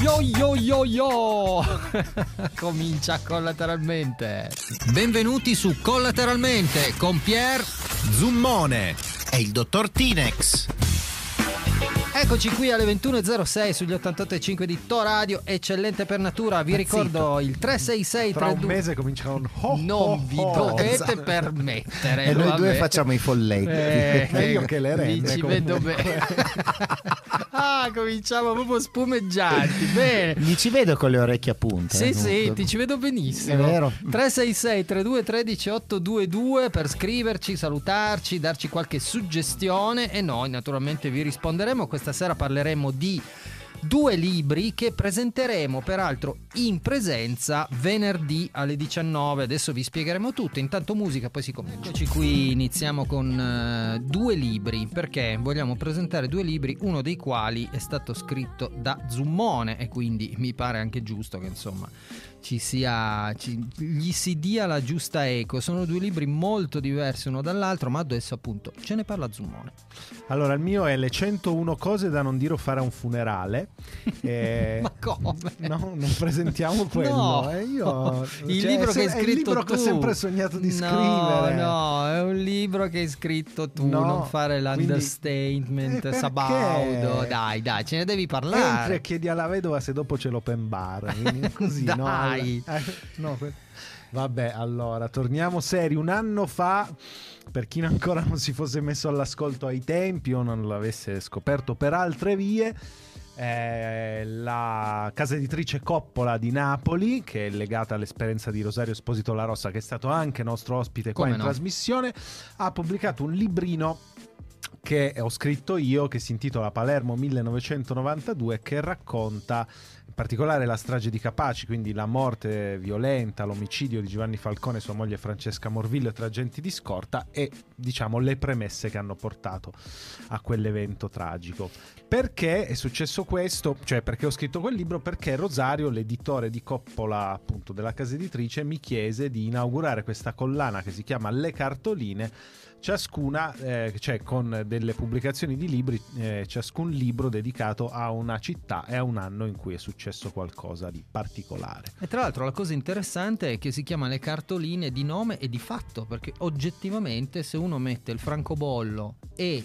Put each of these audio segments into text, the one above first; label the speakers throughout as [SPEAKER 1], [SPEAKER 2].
[SPEAKER 1] Yo yo yo yo! Comincia Collateralmente.
[SPEAKER 2] Benvenuti su Collateralmente con Pier
[SPEAKER 3] Zummone e il dottor Tinex.
[SPEAKER 1] Eccoci qui alle 21.06 sugli 88.5 di To Radio, eccellente per natura. Vi ricordo il 366
[SPEAKER 4] Tra un mese comincia un
[SPEAKER 1] non vi dovete permettere.
[SPEAKER 5] E noi due facciamo i folletti.
[SPEAKER 4] Meglio che le rende.
[SPEAKER 1] Ci vedo bene. Cominciamo proprio spumeggianti. Bene.
[SPEAKER 5] Mi ci vedo con le orecchie a punta.
[SPEAKER 1] Sì, ti ci vedo benissimo.
[SPEAKER 5] È vero.
[SPEAKER 1] 366 32 13 822 per scriverci, salutarci, darci qualche suggestione e noi naturalmente vi risponderemo. Questa sera parleremo di due libri che presenteremo peraltro in presenza venerdì alle 19. Adesso vi spiegheremo tutto. Intanto musica, poi si comincia. Eccoci qui, iniziamo con due libri, perché vogliamo presentare due libri, uno dei quali è stato scritto da Zummone e quindi mi pare anche giusto che insomma gli si dia la giusta eco. Sono due libri molto diversi uno dall'altro, ma adesso appunto ce ne parla Zummone.
[SPEAKER 4] Allora, il mio è Le 101 cose da non dire o fare a un funerale.
[SPEAKER 1] Ma come?
[SPEAKER 4] No, non presentiamo quello.
[SPEAKER 1] No, il libro che hai scritto tu.
[SPEAKER 4] È il libro che ho sempre sognato di scrivere.
[SPEAKER 1] No, è un libro che hai scritto tu.
[SPEAKER 4] No,
[SPEAKER 1] non fare l'understatement, Sabaudo. Dai, ce ne devi parlare.
[SPEAKER 4] Entri e chiedi alla vedova se dopo c'è l'open bar. Così,
[SPEAKER 1] Dai.
[SPEAKER 4] Vabbè, allora, torniamo seri. Un anno fa, per chi ancora non si fosse messo all'ascolto ai tempi o non l'avesse scoperto per altre vie, la casa editrice Coppola di Napoli, che è legata all'esperienza di Rosario Esposito La Rossa, che è stato anche nostro ospite qua in trasmissione, ha pubblicato un librino che ho scritto io, che si intitola Palermo 1992, che racconta in particolare la strage di Capaci, quindi la morte violenta, l'omicidio di Giovanni Falcone e sua moglie Francesca Morvillo tra agenti di scorta e diciamo le premesse che hanno portato a quell'evento tragico. Perché è successo questo? Cioè, perché ho scritto quel libro? Perché Rosario, l'editore di Coppola, appunto della casa editrice, mi chiese di inaugurare questa collana che si chiama Le Cartoline, ciascuna cioè con delle pubblicazioni di libri, ciascun libro dedicato a una città e a un anno in cui è successo qualcosa di particolare.
[SPEAKER 1] E tra l'altro la cosa interessante è che si chiama Le Cartoline di nome e di fatto, perché oggettivamente se uno mette il francobollo e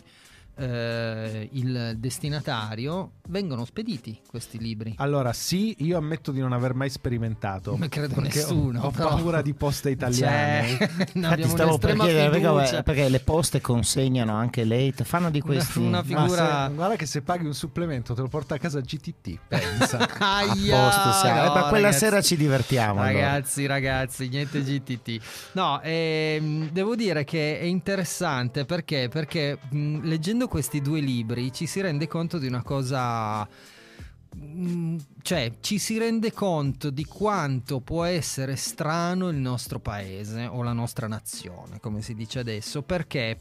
[SPEAKER 1] il destinatario vengono spediti questi libri.
[SPEAKER 4] Allora sì, io ammetto di non aver mai sperimentato.
[SPEAKER 1] Non credo nessuno.
[SPEAKER 4] Ho paura di poste italiane.
[SPEAKER 5] Infatti stavo per chiedere perché le poste consegnano anche late, fanno di questi
[SPEAKER 1] una figura.
[SPEAKER 4] Guarda che se paghi un supplemento te lo porta a casa GTT, pensa.
[SPEAKER 5] A posto siamo. Per quella
[SPEAKER 1] ragazzi,
[SPEAKER 5] sera ci divertiamo.
[SPEAKER 1] Ragazzi, niente GTT. No, devo dire che è interessante perché leggendo questi due libri ci si rende conto di una cosa, cioè ci si rende conto di quanto può essere strano il nostro paese o la nostra nazione, come si dice adesso. Perché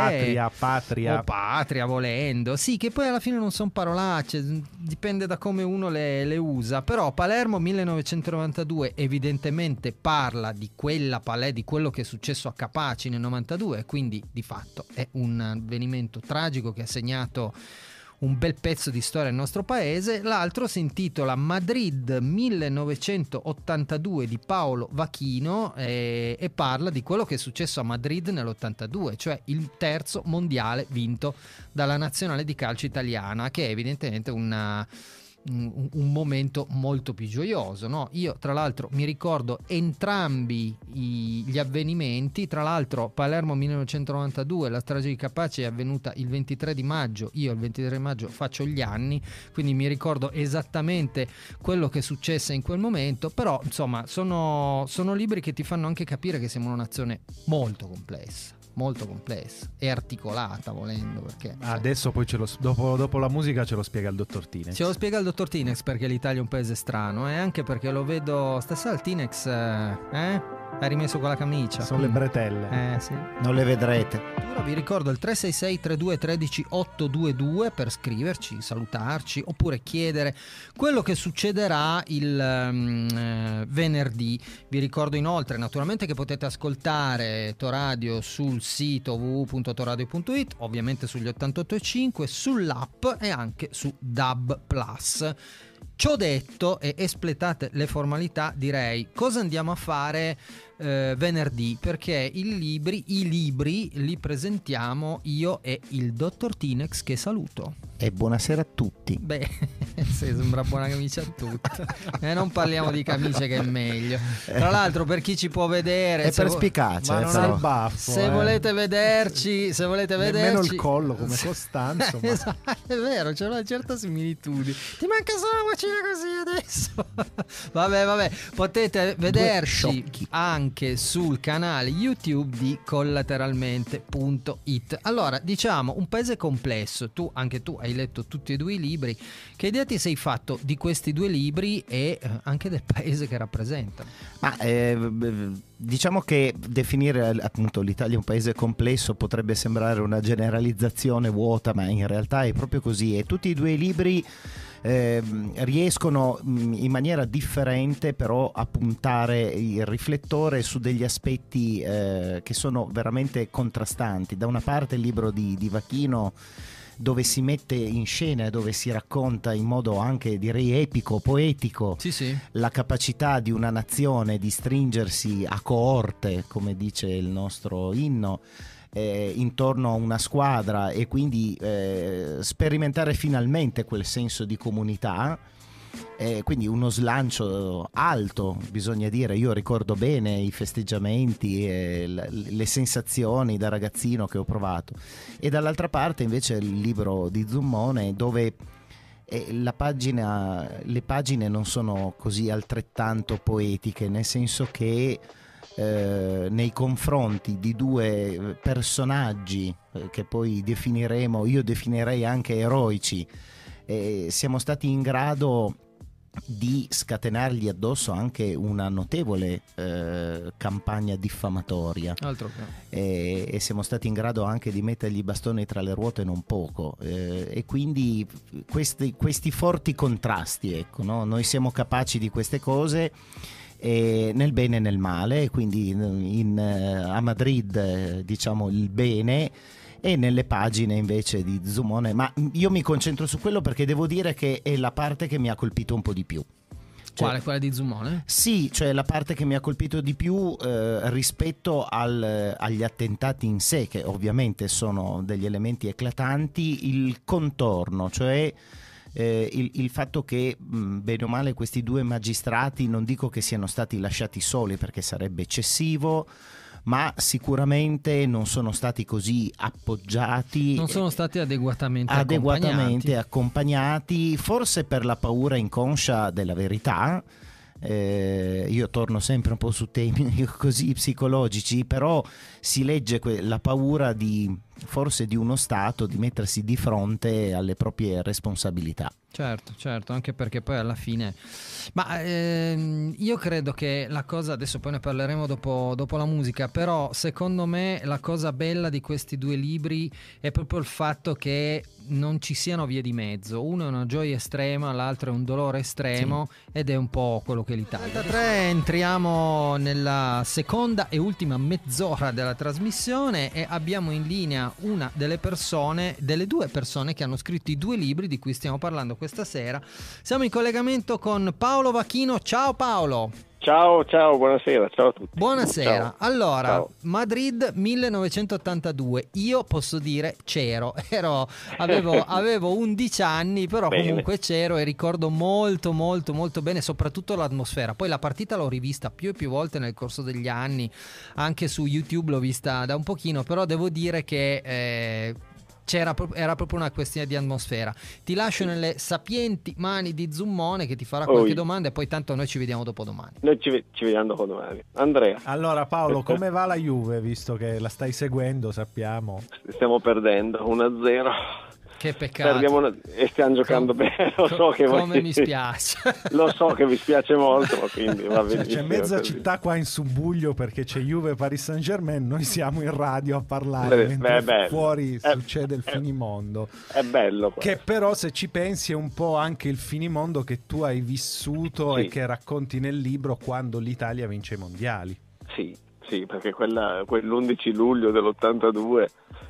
[SPEAKER 1] patria volendo, sì, che poi alla fine non sono parolacce, dipende da come uno le usa. Però Palermo 1992 evidentemente parla di di quello che è successo a Capaci nel 92, quindi di fatto è un avvenimento tragico che ha segnato un bel pezzo di storia del nostro paese. L'altro si intitola Madrid 1982 di Paolo Vachino e parla di quello che è successo a Madrid nell'82, cioè il terzo mondiale vinto dalla nazionale di calcio italiana, che è evidentemente un momento molto più gioioso, no? Io tra l'altro mi ricordo entrambi gli avvenimenti. Tra l'altro Palermo 1992, la strage di Capaci, è avvenuta il 23 di maggio, io il 23 maggio faccio gli anni, quindi mi ricordo esattamente quello che successe in quel momento. Però insomma sono libri che ti fanno anche capire che siamo una nazione molto complessa e articolata, volendo, perché
[SPEAKER 4] adesso poi dopo la musica ce lo spiega il dottor Tinex.
[SPEAKER 1] Ce lo spiega il dottor Tinex, perché l'Italia è un paese strano, e anche perché lo vedo stasera il Tinex hai rimesso quella camicia.
[SPEAKER 4] Sono le bretelle.
[SPEAKER 1] Sì.
[SPEAKER 5] Non le vedrete.
[SPEAKER 1] Ora vi ricordo il 366 32 13 822 per scriverci, salutarci oppure chiedere quello che succederà il venerdì. Vi ricordo inoltre naturalmente che potete ascoltare To Radio sul sito www.toradio.it, ovviamente sugli 88.5, sull'app e anche su DAB+. Ciò detto e espletate le formalità, direi cosa andiamo a fare venerdì, perché i libri li presentiamo io e il dottor Tinex, che saluto.
[SPEAKER 5] E buonasera a tutti.
[SPEAKER 1] Beh, sembra buona camicia a tutti. Non parliamo di camicie, che è meglio. Tra l'altro, per chi ci può vedere,
[SPEAKER 5] è perspicace,
[SPEAKER 4] ma non ha il baffo.
[SPEAKER 1] Se volete vederci,
[SPEAKER 4] nemmeno il collo come Costanzo.
[SPEAKER 1] Esatto, è vero, c'è una certa similitudine. Ti manca solo una vocina così adesso. Vabbè, potete vederci anche sul canale YouTube di collateralmente.it. Allora, diciamo, un paese complesso. Anche tu hai letto tutti e due i libri. Che idea ti sei fatto di questi due libri e anche del paese che rappresentano?
[SPEAKER 5] Ma diciamo che definire appunto l'Italia un paese complesso potrebbe sembrare una generalizzazione vuota, ma in realtà è proprio così. E tutti e due i libri riescono in maniera differente però a puntare il riflettore su degli aspetti che sono veramente contrastanti. Da una parte il libro di Vachino, dove si mette in scena e dove si racconta in modo anche, direi, epico, poetico,
[SPEAKER 1] sì.
[SPEAKER 5] la capacità di una nazione di stringersi a coorte, come dice il nostro inno, intorno a una squadra, e quindi sperimentare finalmente quel senso di comunità. Quindi uno slancio alto, bisogna dire. Io ricordo bene i festeggiamenti e le sensazioni da ragazzino che ho provato. E dall'altra parte invece il libro di Zummone, dove le pagine non sono così altrettanto poetiche, nel senso che nei confronti di due personaggi che poi io definirei anche eroici, siamo stati in grado di scatenargli addosso anche una notevole campagna diffamatoria.
[SPEAKER 1] Altro che.
[SPEAKER 5] E siamo stati in grado anche di mettergli i bastoni tra le ruote non poco, e quindi questi forti contrasti, ecco, no? Noi siamo capaci di queste cose, nel bene e nel male, quindi a Madrid diciamo il bene, e nelle pagine invece di Zummone. Ma io mi concentro su quello perché devo dire che è la parte che mi ha colpito un po' di più.
[SPEAKER 1] Quale? Quella di Zummone?
[SPEAKER 5] Sì, cioè la parte che mi ha colpito di più rispetto agli attentati in sé, che ovviamente sono degli elementi eclatanti, il contorno, cioè il fatto che bene o male questi due magistrati, non dico che siano stati lasciati soli perché sarebbe eccessivo, ma sicuramente non sono stati così appoggiati,
[SPEAKER 1] non sono stati adeguatamente
[SPEAKER 5] accompagnati, forse per la paura inconscia della verità. Io torno sempre un po' su temi così psicologici, però si legge la paura forse di uno Stato di mettersi di fronte alle proprie responsabilità.
[SPEAKER 1] Certo, anche perché poi alla fine, ma io credo che la cosa, adesso poi ne parleremo dopo la musica, però secondo me la cosa bella di questi due libri è proprio il fatto che non ci siano vie di mezzo. Uno è una gioia estrema, l'altro è un dolore estremo, sì. Ed è un po' quello che l'Italia. Entriamo nella seconda e ultima mezz'ora della trasmissione e abbiamo in linea una delle due persone che hanno scritto i due libri di cui stiamo parlando questa sera. Siamo in collegamento con Paolo Vachino. Ciao Paolo.
[SPEAKER 6] Ciao, buonasera, ciao a tutti.
[SPEAKER 1] Buonasera.
[SPEAKER 6] Ciao.
[SPEAKER 1] Allora,
[SPEAKER 6] ciao.
[SPEAKER 1] Madrid 1982, io posso dire avevo 11 anni, però bene. Comunque c'ero e ricordo molto bene, soprattutto l'atmosfera. Poi la partita l'ho rivista più e più volte nel corso degli anni, anche su YouTube l'ho vista da un pochino, però devo dire che era proprio una questione di atmosfera. Ti lascio nelle sapienti mani di Zummone, che ti farà qualche domanda, e poi tanto noi ci vediamo dopodomani.
[SPEAKER 6] Noi ci vediamo dopodomani. Andrea.
[SPEAKER 4] Allora Paolo, come va la Juve, visto che la stai seguendo, sappiamo?
[SPEAKER 6] Stiamo perdendo 1-0.
[SPEAKER 1] Che peccato.
[SPEAKER 6] E stiamo giocando bene, lo so che
[SPEAKER 1] come mi spiace.
[SPEAKER 6] Lo so che vi spiace molto, quindi va benissimo.
[SPEAKER 4] C'è mezza città qua in subbuglio perché c'è Juve e Paris Saint-Germain, noi siamo in radio a parlare mentre fuori succede il finimondo.
[SPEAKER 6] È bello questo.
[SPEAKER 4] Che però, se ci pensi, è un po' anche il finimondo che tu hai vissuto, sì. E che racconti nel libro, quando l'Italia vince i mondiali.
[SPEAKER 6] Sì, perché quell'11 luglio dell'82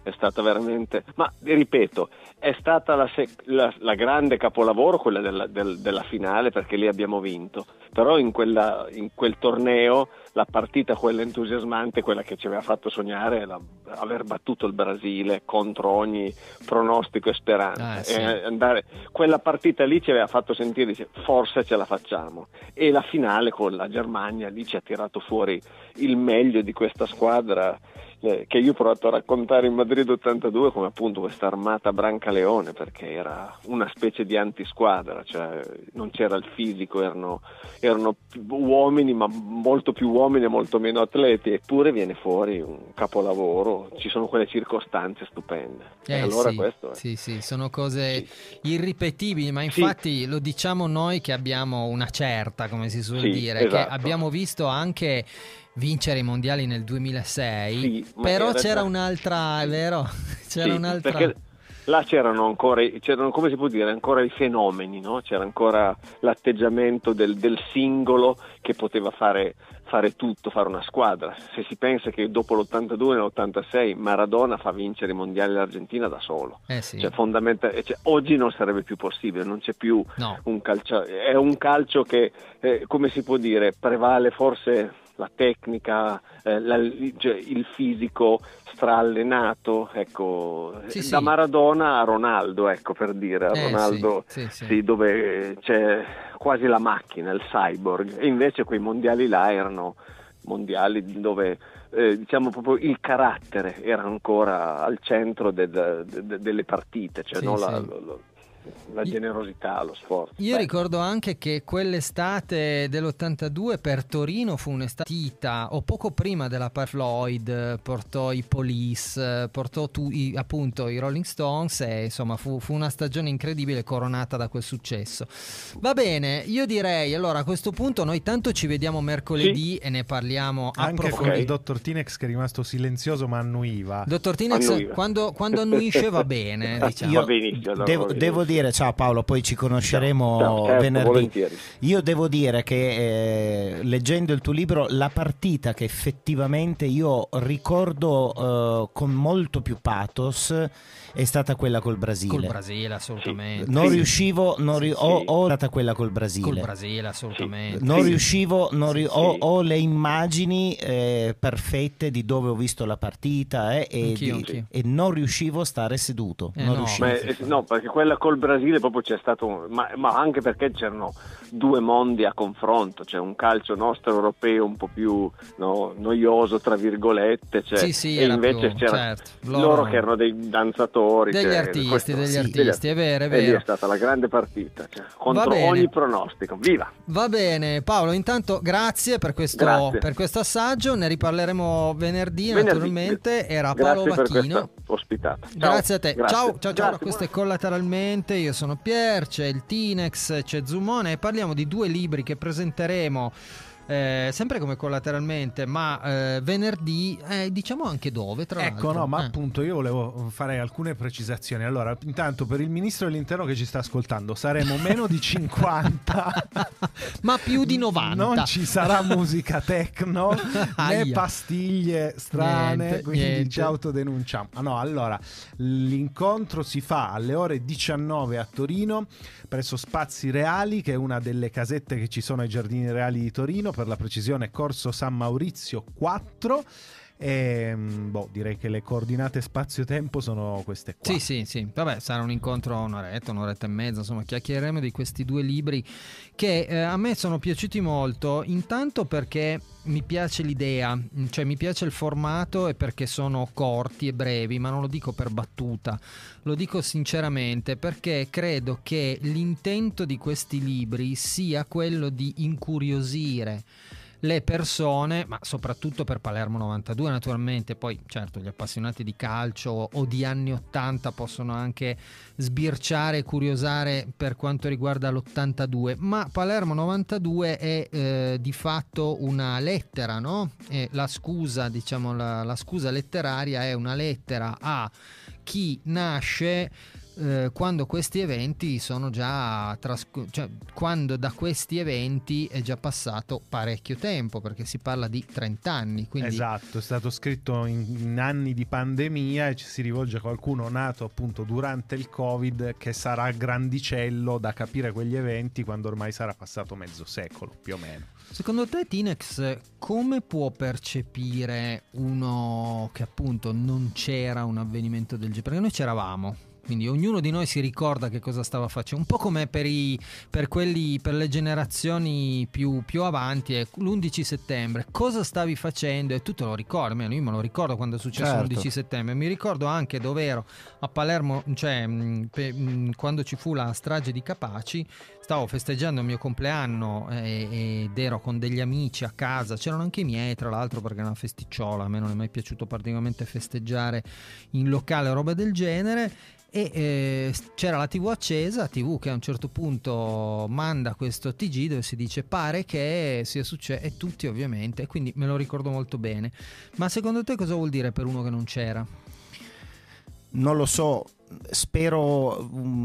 [SPEAKER 6] è stata veramente, ma ripeto, è stata la grande capolavoro quella della finale, perché lì abbiamo vinto, però in quel torneo la partita, quella entusiasmante, quella che ci aveva fatto sognare, aver battuto il Brasile contro ogni pronostico e speranza,
[SPEAKER 1] sì.
[SPEAKER 6] Quella partita lì ci aveva fatto sentire, dice, forse ce la facciamo, e la finale con la Germania lì ci ha tirato fuori il meglio di questa squadra, che io ho provato a raccontare in Madrid 82 come appunto questa armata Brancaleone, perché era una specie di antisquadra, cioè non c'era il fisico, erano uomini, ma molto più uomini e molto meno atleti, eppure viene fuori un capolavoro, ci sono quelle circostanze stupende. E allora
[SPEAKER 1] sì,
[SPEAKER 6] questo è...
[SPEAKER 1] sì, sono cose irripetibili, ma infatti lo diciamo noi che abbiamo una certa, come si suol dire,
[SPEAKER 6] esatto.
[SPEAKER 1] che abbiamo visto anche vincere i mondiali nel 2006, però c'era un'altra, è vero? C'era un'altra...
[SPEAKER 6] Perché là c'erano, come si può dire, ancora i fenomeni, no? C'era ancora l'atteggiamento del singolo che poteva fare tutto, fare una squadra. Se si pensa che dopo l'82 e l'86 Maradona fa vincere i mondiali l'Argentina da solo,
[SPEAKER 1] sì.
[SPEAKER 6] Cioè, oggi non sarebbe più possibile, non c'è più un calcio, è un calcio che come si può dire, prevale forse la tecnica, il fisico straallenato, ecco, da Maradona a Ronaldo, ecco, per dire, a Ronaldo dove c'è quasi la macchina, il cyborg, e invece quei mondiali là erano mondiali dove diciamo proprio il carattere era ancora al centro delle partite, cioè la generosità, lo sforzo.
[SPEAKER 1] Io ricordo anche che quell'estate dell'82 per Torino fu un'estate, o poco prima della Floyd portò i Police, portò appunto i Rolling Stones, e insomma fu una stagione incredibile, coronata da quel successo. Va bene, io direi allora a questo punto noi tanto ci vediamo mercoledì e ne parliamo
[SPEAKER 4] anche con il dottor Tinex, che è rimasto silenzioso ma annuiva.
[SPEAKER 1] Dottor Tinex quando annuisce va bene, diciamo.
[SPEAKER 6] Va benissimo,
[SPEAKER 5] devo dire, ciao Paolo, poi ci conosceremo
[SPEAKER 6] certo,
[SPEAKER 5] venerdì.
[SPEAKER 6] Volentieri.
[SPEAKER 5] Io devo dire che leggendo il tuo libro, la partita che effettivamente io ricordo con molto più pathos è stata quella col Brasile.
[SPEAKER 1] Col Brasile, assolutamente.
[SPEAKER 5] Non riuscivo, ho stata quella col Brasile.
[SPEAKER 1] Col Brasile, assolutamente.
[SPEAKER 5] Non riuscivo, ho le immagini perfette di dove ho visto la partita e non riuscivo a stare seduto.
[SPEAKER 6] No, perché quella col Brasile proprio c'è stato, ma anche perché c'erano due mondi a confronto, c'è un calcio nostro europeo un po' più noioso tra virgolette, e invece c'era loro che erano dei danzatori,
[SPEAKER 1] degli artisti, è vero, è vero.
[SPEAKER 6] E lì è stata la grande partita, contro ogni pronostico. Viva! Va
[SPEAKER 1] bene, Paolo, intanto grazie per questo assaggio, ne riparleremo venerdì. Naturalmente. Era Paolo Vacchino.
[SPEAKER 6] Grazie per questa ospitata.
[SPEAKER 1] Grazie a te.
[SPEAKER 6] Grazie.
[SPEAKER 1] Ciao. Questo è Collateralmente, io sono Pier, c'è il Tinex, c'è Zumone, e parliamo di due libri che presenteremo sempre come Collateralmente, ma venerdì, diciamo anche dove, tra l'altro.
[SPEAKER 4] Ma appunto io volevo fare alcune precisazioni. Allora, intanto per il ministro dell'interno che ci sta ascoltando, saremo meno di 50
[SPEAKER 1] ma più di 90.
[SPEAKER 4] Non ci sarà musica techno né pastiglie strane, quindi ci autodenunciamo. Allora, l'incontro si fa alle ore 19 a Torino presso Spazi Reali, che è una delle casette che ci sono ai Giardini Reali di Torino, per la precisione Corso San Maurizio 4. E direi che le coordinate spazio-tempo sono queste qua.
[SPEAKER 1] Sì. Vabbè, sarà un incontro un'oretta e mezza, insomma, chiacchiereremo di questi due libri che a me sono piaciuti molto, intanto perché mi piace l'idea, cioè mi piace il formato, e perché sono corti e brevi, ma non lo dico per battuta, lo dico sinceramente, perché credo che l'intento di questi libri sia quello di incuriosire le persone, ma soprattutto per Palermo 92 naturalmente. Poi certo gli appassionati di calcio o di anni 80 possono anche sbirciare e curiosare per quanto riguarda l'82, ma Palermo 92 è di fatto una lettera, no? E la scusa, diciamo, la scusa letteraria è una lettera a chi nasce quando questi eventi sono già cioè quando da questi eventi è già passato parecchio tempo, perché si parla di 30 anni. Quindi...
[SPEAKER 4] Esatto, è stato scritto in anni di pandemia e ci si rivolge a qualcuno nato appunto durante il Covid, che sarà grandicello da capire quegli eventi quando ormai sarà passato mezzo secolo più o meno.
[SPEAKER 1] Secondo te, Tinex, come può percepire uno che appunto non c'era un avvenimento del genere? Perché noi c'eravamo, quindi ognuno di noi si ricorda che cosa stava facendo, un po' come per le generazioni più avanti, l'11 settembre, cosa stavi facendo? E tu te lo ricordi, almeno io me lo ricordo quando è successo l'11 settembre, mi ricordo anche dove ero a Palermo, cioè quando ci fu la strage di Capaci. Stavo festeggiando il mio compleanno ed ero con degli amici a casa, c'erano anche i miei tra l'altro, perché era una festicciola, a me non è mai piaciuto particolarmente festeggiare in locale o roba del genere, e c'era la TV accesa, TV che a un certo punto manda questo TG dove si dice pare che sia successo, e tutti ovviamente, quindi me lo ricordo molto bene. Ma secondo te cosa vuol dire per uno che non c'era?
[SPEAKER 5] Non lo so, spero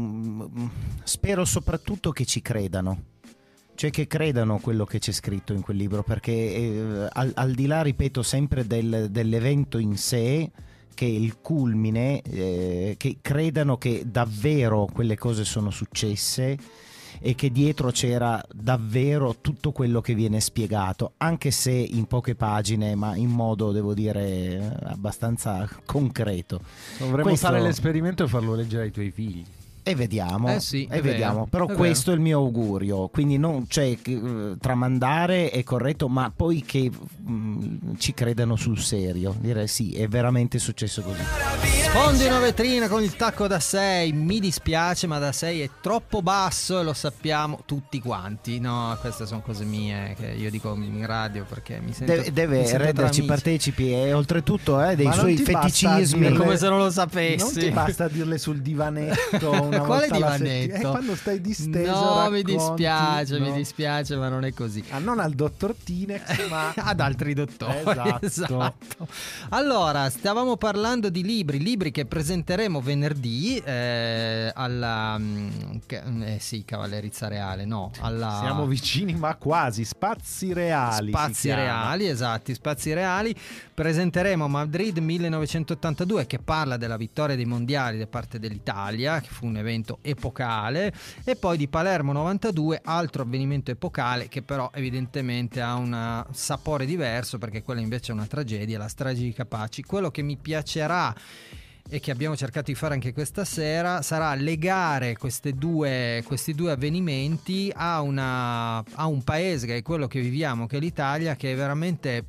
[SPEAKER 5] soprattutto che ci credano, cioè che credano quello che c'è scritto in quel libro, perché al di là, ripeto, sempre dell'evento in sé, che è il culmine, che credano che davvero quelle cose sono successe e che dietro c'era davvero tutto quello che viene spiegato, anche se in poche pagine, ma in modo, devo dire, abbastanza concreto.
[SPEAKER 4] Dovremmo fare l'esperimento e farlo leggere ai tuoi figli.
[SPEAKER 5] E vediamo,
[SPEAKER 1] sì,
[SPEAKER 5] vediamo. Però questo è il mio augurio, quindi non c'è tramandare, è corretto, ma poi che ci credano sul serio, dire sì, è veramente successo così.
[SPEAKER 1] Sfondi una vetrina con il tacco da 6, mi dispiace, ma da 6 è troppo basso e lo sappiamo tutti quanti. No, queste sono cose mie che io dico in radio perché mi sento
[SPEAKER 5] deve renderci partecipi, e oltretutto dei
[SPEAKER 4] ma
[SPEAKER 5] suoi feticismi.
[SPEAKER 1] È come se non lo sapessi.
[SPEAKER 4] Non ti basta dirle sul divanetto una
[SPEAKER 1] quale
[SPEAKER 4] volta
[SPEAKER 1] divanetto?
[SPEAKER 4] Quando stai disteso
[SPEAKER 1] no,
[SPEAKER 4] racconti,
[SPEAKER 1] mi dispiace, ma non è così.
[SPEAKER 4] Non al dottor Tinex, ma
[SPEAKER 1] ad altri dottori. Esatto. Allora, stavamo parlando di libri che presenteremo venerdì alla Cavallerizza Reale, no,
[SPEAKER 4] siamo vicini ma quasi, Spazi Reali,
[SPEAKER 1] esatti, Spazi Reali. Presenteremo Madrid 1982, che parla della vittoria dei mondiali da parte dell'Italia, che fu un evento epocale, e poi di Palermo 92, altro avvenimento epocale che però evidentemente ha un sapore diverso, perché quella invece è una tragedia, la strage di Capaci. Quello che mi piacerà e che abbiamo cercato di fare anche questa sera sarà legare questi due avvenimenti a un paese che è quello che viviamo, che è l'Italia, che è veramente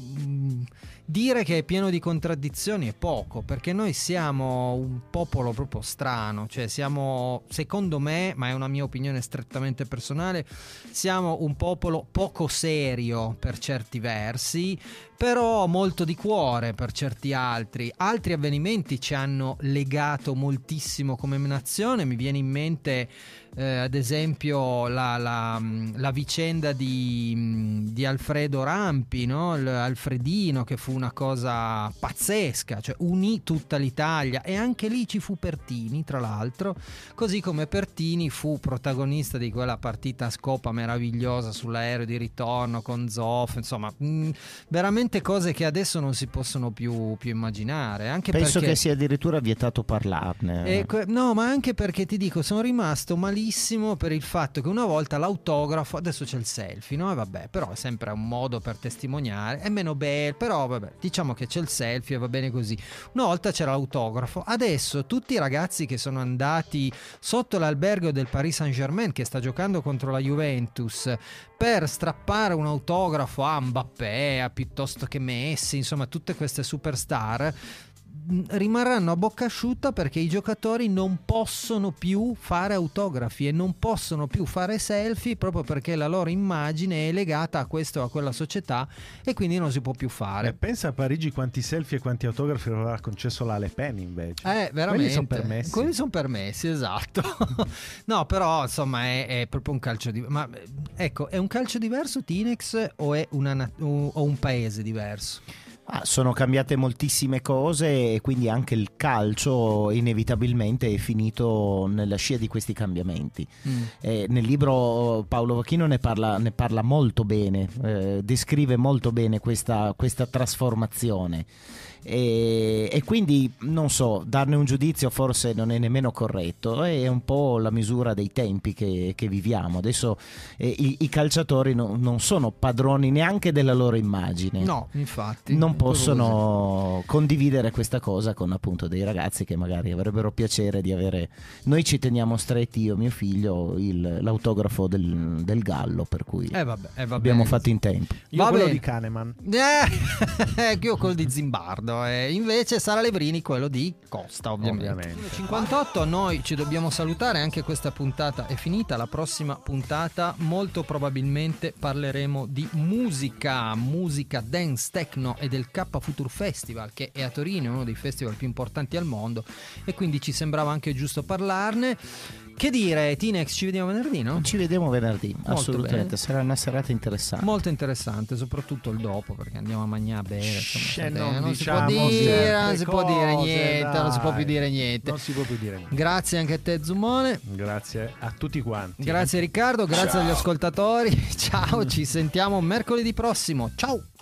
[SPEAKER 1] dire che è pieno di contraddizioni è poco, perché noi siamo un popolo proprio strano, cioè siamo, secondo me, ma è una mia opinione strettamente personale, siamo un popolo poco serio per certi versi, però molto di cuore per certi altri. Altri avvenimenti ci hanno legato moltissimo come nazione, mi viene in mente ad esempio la vicenda di Alfredo Rampi, no? Alfredino, che fu una cosa pazzesca, cioè unì tutta l'Italia, e anche lì ci fu Pertini, tra l'altro, così come Pertini fu protagonista di quella partita a scopa meravigliosa sull'aereo di ritorno con Zoff, insomma veramente cose che adesso non si possono più immaginare, anche
[SPEAKER 5] penso
[SPEAKER 1] perché
[SPEAKER 5] che sia addirittura vietato parlarne.
[SPEAKER 1] No, ma anche perché ti dico, sono rimasto malissimo per il fatto che una volta l'autografo, adesso c'è il selfie, no? E vabbè, però è sempre un modo per testimoniare, è meno bello, però vabbè, diciamo che c'è il selfie e va bene così. Una volta c'era l'autografo, adesso tutti i ragazzi che sono andati sotto l'albergo del Paris Saint-Germain, che sta giocando contro la Juventus, per strappare un autografo a Mbappé, piuttosto che Messi, insomma tutte queste superstar, rimarranno a bocca asciutta, perché i giocatori non possono più fare autografi e non possono più fare selfie, proprio perché la loro immagine è legata a questo o a quella società, e quindi non si può più fare.
[SPEAKER 4] Pensa a Parigi quanti selfie e quanti autografi aveva concesso la Le Pen invece.
[SPEAKER 5] Veramente.
[SPEAKER 4] Quelli
[SPEAKER 1] sono permessi, esatto. No, però insomma è proprio un calcio ma ecco, è un calcio diverso, Tinex, o è un paese diverso?
[SPEAKER 5] Sono cambiate moltissime cose e quindi anche il calcio inevitabilmente è finito nella scia di questi cambiamenti. Nel libro Paolo Vacchino ne parla molto bene, descrive molto bene questa trasformazione. E quindi non so, darne un giudizio forse non è nemmeno corretto, è un po' la misura dei tempi che viviamo adesso. I calciatori non sono padroni neanche della loro immagine,
[SPEAKER 1] no, infatti
[SPEAKER 5] non possono condividere questa cosa con appunto dei ragazzi che magari avrebbero piacere di avere. Noi ci teniamo stretti, io e mio figlio, l'autografo del Gallo, per cui abbiamo fatto in tempo.
[SPEAKER 4] Io quello di Kahneman,
[SPEAKER 1] io quello di Zimbardo. Invece Sara Levrini quello di Costa, ovviamente. 58, noi ci dobbiamo salutare, anche questa puntata è finita. La prossima puntata molto probabilmente parleremo di musica dance, techno e del K Future Festival, che è a Torino, è uno dei festival più importanti al mondo, e quindi ci sembrava anche giusto parlarne. Che dire, T-Nex, ci vediamo venerdì, no?
[SPEAKER 5] Ci vediamo venerdì,
[SPEAKER 1] molto
[SPEAKER 5] assolutamente,
[SPEAKER 1] bene.
[SPEAKER 5] Sarà una serata interessante.
[SPEAKER 1] Molto interessante, soprattutto il dopo, perché andiamo a mangiare a bere.
[SPEAKER 4] Non
[SPEAKER 1] si può dire niente, non si può più dire niente.
[SPEAKER 4] Non si può più dire niente.
[SPEAKER 1] Grazie anche a te, Zumone.
[SPEAKER 4] Grazie a tutti quanti.
[SPEAKER 1] Grazie Riccardo, grazie agli ascoltatori. Ciao, ci sentiamo mercoledì prossimo. Ciao.